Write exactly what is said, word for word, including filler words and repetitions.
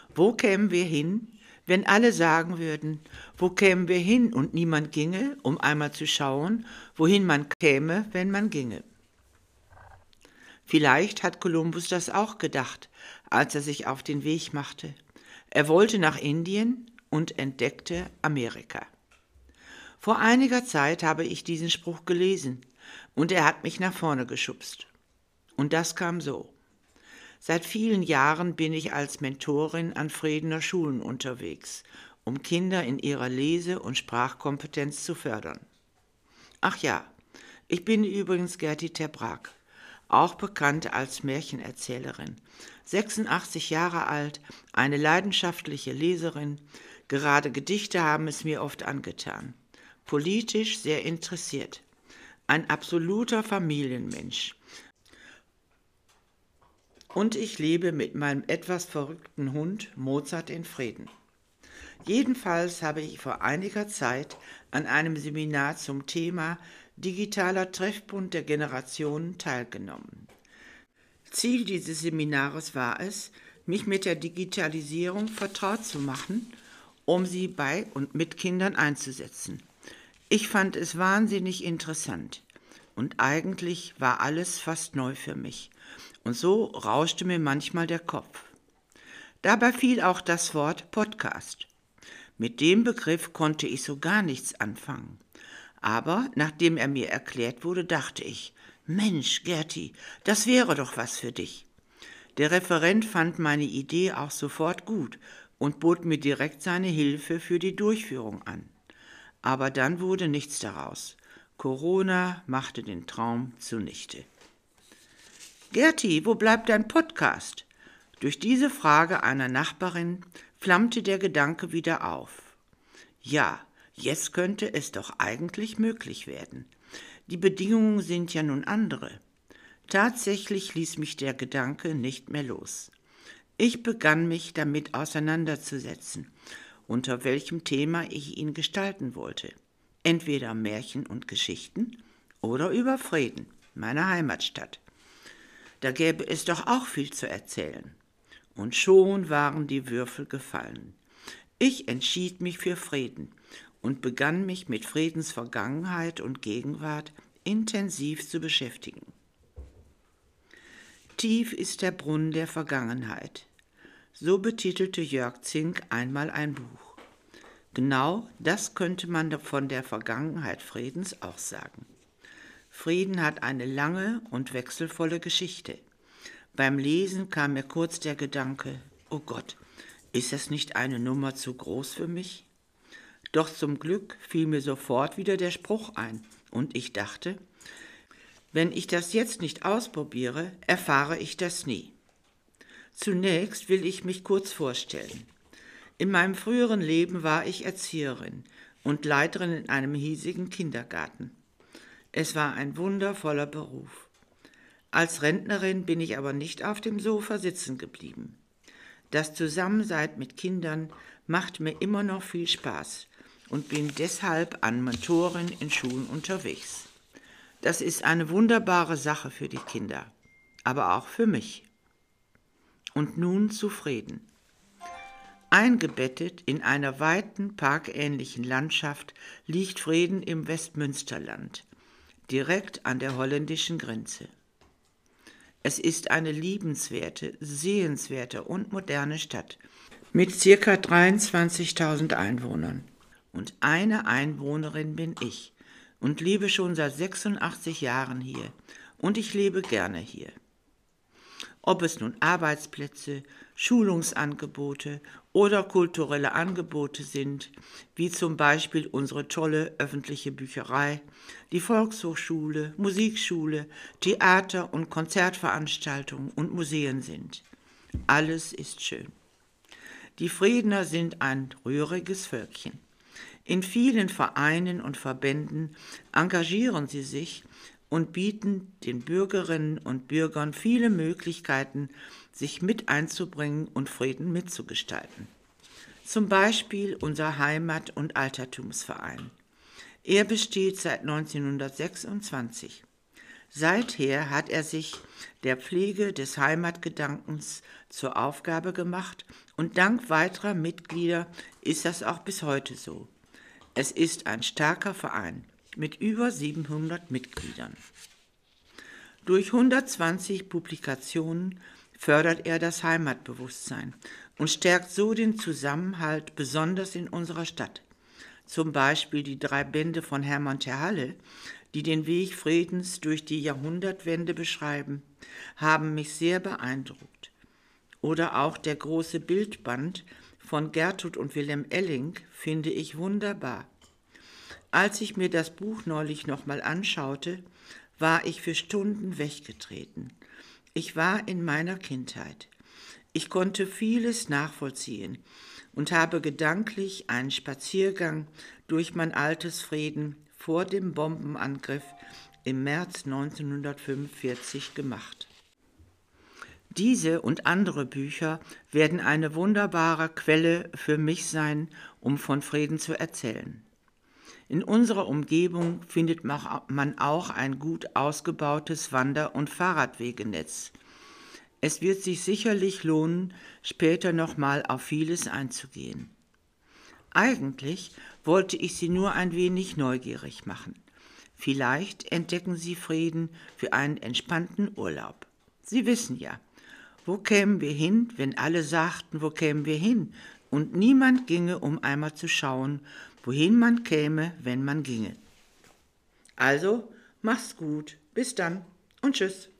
Wo kämen wir hin, wenn alle sagen würden, wo kämen wir hin und niemand ginge, um einmal zu schauen, wohin man käme, wenn man ginge? Vielleicht hat Kolumbus das auch gedacht, als er sich auf den Weg machte. Er wollte nach Indien und entdeckte Amerika. Vor einiger Zeit habe ich diesen Spruch gelesen und er hat mich nach vorne geschubst. Und das kam so. Seit vielen Jahren bin ich als Mentorin an Fredener Schulen unterwegs, um Kinder in ihrer Lese- und Sprachkompetenz zu fördern. Ach ja, ich bin übrigens Gerti ter Braak, auch bekannt als Märchenerzählerin, sechsundachtzig Jahre alt, eine leidenschaftliche Leserin, gerade Gedichte haben es mir oft angetan, politisch sehr interessiert, ein absoluter Familienmensch. Und ich lebe mit meinem etwas verrückten Hund Mozart in Frieden. Jedenfalls habe ich vor einiger Zeit an einem Seminar zum Thema digitaler Treffpunkt der Generationen teilgenommen. Ziel dieses Seminars war es, mich mit der Digitalisierung vertraut zu machen, um sie bei und mit Kindern einzusetzen. Ich fand es wahnsinnig interessant und eigentlich war alles fast neu für mich. Und so rauschte mir manchmal der Kopf. Dabei fiel auch das Wort Podcast. Mit dem Begriff konnte ich so gar nichts anfangen. Aber nachdem er mir erklärt wurde, dachte ich, Mensch, Gerti, das wäre doch was für dich. Der Referent fand meine Idee auch sofort gut und bot mir direkt seine Hilfe für die Durchführung an. Aber dann wurde nichts daraus. Corona machte den Traum zunichte. Gerti, wo bleibt dein Podcast? Durch diese Frage einer Nachbarin flammte der Gedanke wieder auf. Ja, jetzt könnte es doch eigentlich möglich werden. Die Bedingungen sind ja nun andere. Tatsächlich ließ mich der Gedanke nicht mehr los. Ich begann mich damit auseinanderzusetzen, unter welchem Thema ich ihn gestalten wollte. Entweder Märchen und Geschichten oder über Frieden, meine Heimatstadt. Da gäbe es doch auch viel zu erzählen. Und schon waren die Würfel gefallen. Ich entschied mich für Frieden und begann mich mit Friedens Vergangenheit und Gegenwart intensiv zu beschäftigen. Tief ist der Brunnen der Vergangenheit. So betitelte Jörg Zink einmal ein Buch. Genau das könnte man von der Vergangenheit Friedens auch sagen. Frieden hat eine lange und wechselvolle Geschichte. Beim Lesen kam mir kurz der Gedanke, oh Gott, ist das nicht eine Nummer zu groß für mich? Doch zum Glück fiel mir sofort wieder der Spruch ein und ich dachte, wenn ich das jetzt nicht ausprobiere, erfahre ich das nie. Zunächst will ich mich kurz vorstellen. In meinem früheren Leben war ich Erzieherin und Leiterin in einem hiesigen Kindergarten. Es war ein wundervoller Beruf. Als Rentnerin bin ich aber nicht auf dem Sofa sitzen geblieben. Das Zusammensein mit Kindern macht mir immer noch viel Spaß und bin deshalb an Mentoren in Schulen unterwegs. Das ist eine wunderbare Sache für die Kinder, aber auch für mich. Und nun zu Frieden. Eingebettet in einer weiten, parkähnlichen Landschaft liegt Frieden im Westmünsterland, direkt an der holländischen Grenze. Es ist eine liebenswerte, sehenswerte und moderne Stadt mit ca. dreiundzwanzigtausend Einwohnern. Und eine Einwohnerin bin ich und lebe schon seit sechsundachtzig Jahren hier und ich lebe gerne hier. Ob es nun Arbeitsplätze, Schulungsangebote oder kulturelle Angebote sind, wie zum Beispiel unsere tolle öffentliche Bücherei, die Volkshochschule, Musikschule, Theater- und Konzertveranstaltungen und Museen sind. Alles ist schön. Die Friedener sind ein rühriges Völkchen. In vielen Vereinen und Verbänden engagieren sie sich und bieten den Bürgerinnen und Bürgern viele Möglichkeiten, sich mit einzubringen und Frieden mitzugestalten. Zum Beispiel unser Heimat- und Altertumsverein. Er besteht seit neunzehnhundertsechsundzwanzig. Seither hat er sich der Pflege des Heimatgedankens zur Aufgabe gemacht und dank weiterer Mitglieder ist das auch bis heute so. Es ist ein starker Verein mit über siebenhundert Mitgliedern. Durch hundertzwanzig Publikationen fördert er das Heimatbewusstsein und stärkt so den Zusammenhalt besonders in unserer Stadt. Zum Beispiel die drei Bände von Hermann Terhalle, die den Weg Friedens durch die Jahrhundertwende beschreiben, haben mich sehr beeindruckt. Oder auch der große Bildband von Gertrud und Wilhelm Elling finde ich wunderbar. Als ich mir das Buch neulich nochmal anschaute, war ich für Stunden weggetreten. Ich war in meiner Kindheit. Ich konnte vieles nachvollziehen und habe gedanklich einen Spaziergang durch mein altes Frieden vor dem Bombenangriff im März neunzehnhundertfünfundvierzig gemacht. Diese und andere Bücher werden eine wunderbare Quelle für mich sein, um von Frieden zu erzählen. In unserer Umgebung findet man auch ein gut ausgebautes Wander- und Fahrradwegenetz. Es wird sich sicherlich lohnen, später nochmal auf vieles einzugehen. Eigentlich wollte ich Sie nur ein wenig neugierig machen. Vielleicht entdecken Sie Frieden für einen entspannten Urlaub. Sie wissen ja, wo kämen wir hin, wenn alle sagten, wo kämen wir hin, und niemand ginge, um einmal zu schauen, wohin man käme, wenn man ginge. Also, mach's gut, bis dann und tschüss.